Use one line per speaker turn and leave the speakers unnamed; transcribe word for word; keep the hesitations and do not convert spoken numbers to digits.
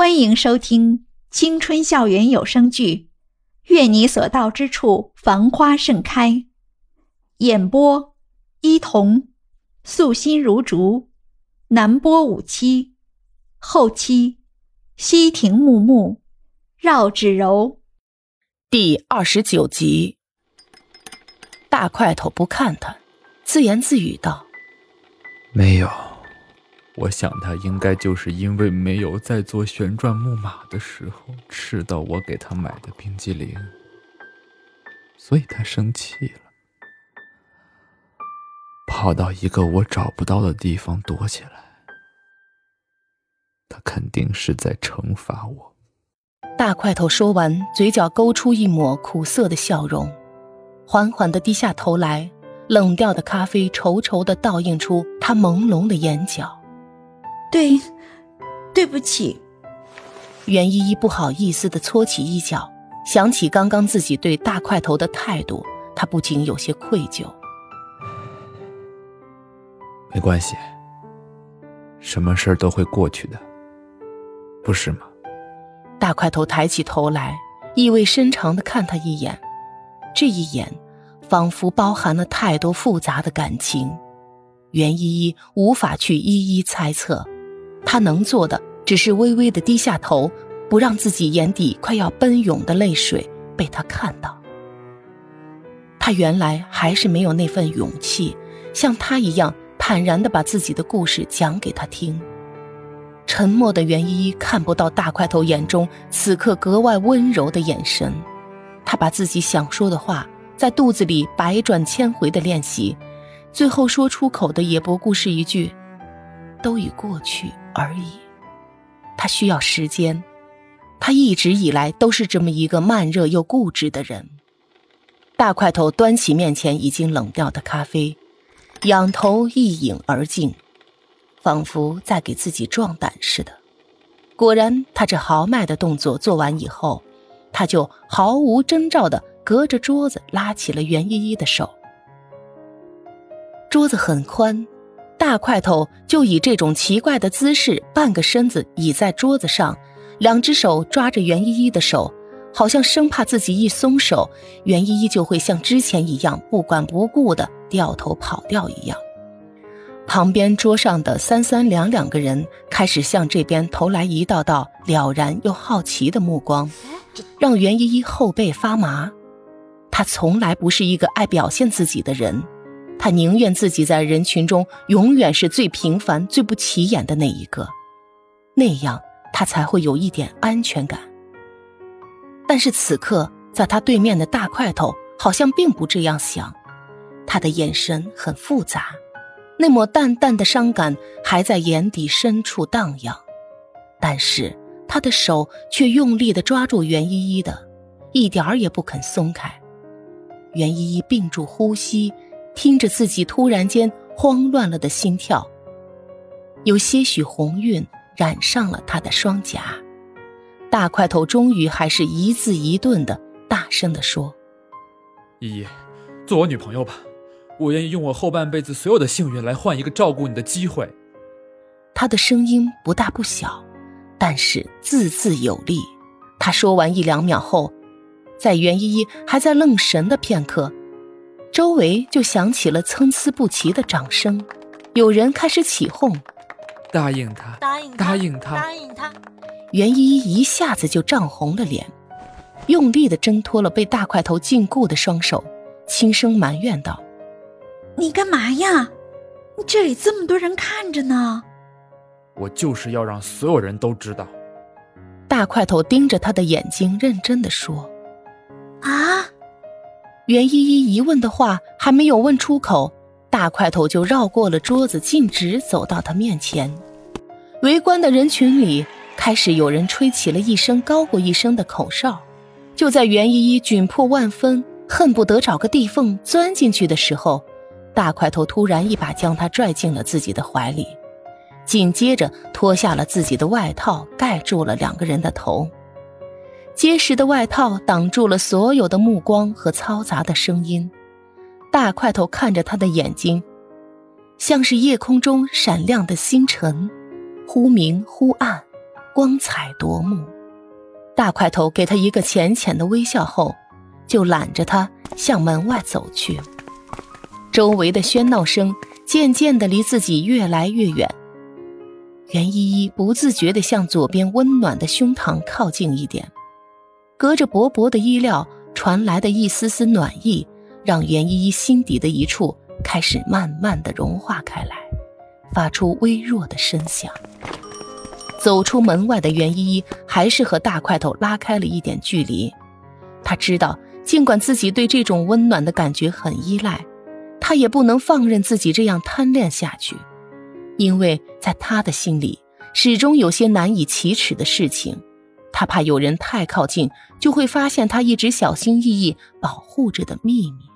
欢迎收听青春校园有声剧《愿你所到之处繁花盛开》，演播伊童，素心如竹，南波五七，后期西亭木木，绕指柔。
第二十九集。大块头不看他，自言自语道：
没有，我想他应该就是因为没有在做旋转木马的时候吃到我给他买的冰激凌，所以他生气了，跑到一个我找不到的地方躲起来。他肯定是在惩罚我。
大块头说完，嘴角勾出一抹苦涩的笑容，缓缓地低下头来，冷掉的咖啡稠稠地倒映出他朦胧的眼角。
对，对不起。
袁依依不好意思地搓起衣角，想起刚刚自己对大块头的态度，他不禁有些愧疚。
没关系，什么事都会过去的，不是吗？
大块头抬起头来，意味深长地看他一眼，这一眼仿佛包含了太多复杂的感情，袁依依无法去一一猜测，她能做的只是微微地低下头，不让自己眼底快要奔涌的泪水被他看到。他原来还是没有那份勇气，像他一样坦然地把自己的故事讲给他听。沉默的袁依依看不到大块头眼中此刻格外温柔的眼神，他把自己想说的话在肚子里百转千回的练习，最后说出口的也不过是一句都已过去而已。他需要时间，他一直以来都是这么一个慢热又固执的人。大块头端起面前已经冷掉的咖啡，仰头一饮而尽，仿佛在给自己壮胆似的。果然，他这豪迈的动作做完以后，他就毫无征兆地隔着桌子拉起了袁依依的手。桌子很宽，大块头就以这种奇怪的姿势，半个身子倚在桌子上，两只手抓着袁依依的手，好像生怕自己一松手，袁依依就会像之前一样不管不顾地掉头跑掉一样。旁边桌上的三三两两个人开始向这边投来一道道了然又好奇的目光，让袁依依后背发麻。她从来不是一个爱表现自己的人，她宁愿自己在人群中永远是最平凡最不起眼的那一个，那样她才会有一点安全感。但是此刻在她对面的大块头好像并不这样想，他的眼神很复杂，那抹淡淡的伤感还在眼底深处荡漾，但是他的手却用力地抓住袁依依的，一点儿也不肯松开。袁依依屏住呼吸，听着自己突然间慌乱了的心跳，有些许红晕染上了他的双颊。大块头终于还是一字一顿地大声地说：
依依，做我女朋友吧，我愿意用我后半辈子所有的幸运来换一个照顾你的机会。
他的声音不大不小，但是字字有力。他说完一两秒后，在袁依依还在愣神的片刻，周围就响起了参差不齐的掌声，有人开始起哄：
答应他，
答应他，
答应他，
答应他。
袁依依一下子就涨红了脸，用力地挣脱了被大块头禁锢的双手，轻声埋怨道：
你干嘛呀？你这里这么多人看着呢。
我就是要让所有人都知道。
大块头盯着他的眼睛认真地说：
啊？
袁依依疑问的话还没有问出口，大块头就绕过了桌子，径直走到他面前。围观的人群里开始有人吹起了一声高过一声的口哨。就在袁依依窘迫万分，恨不得找个地缝钻进去的时候，大块头突然一把将他拽进了自己的怀里，紧接着脱下了自己的外套，盖住了两个人的头。结实的外套挡住了所有的目光和嘈杂的声音。大块头看着他的眼睛，像是夜空中闪亮的星辰，忽明忽暗， 光彩夺目。大块头给他一个浅浅的微笑后，就揽着他向门外走去。周围的喧闹声渐渐地离自己越来越远，袁依依不自觉地向左边温暖的胸膛靠近一点，隔着薄薄的衣料传来的一丝丝暖意，让袁依依心底的一处开始慢慢地融化开来，发出微弱的声响。走出门外的袁依依还是和大块头拉开了一点距离。她知道，尽管自己对这种温暖的感觉很依赖，她也不能放任自己这样贪恋下去，因为在她的心里始终有些难以启齿的事情，她怕有人太靠近就会发现她一直小心翼翼保护着的秘密。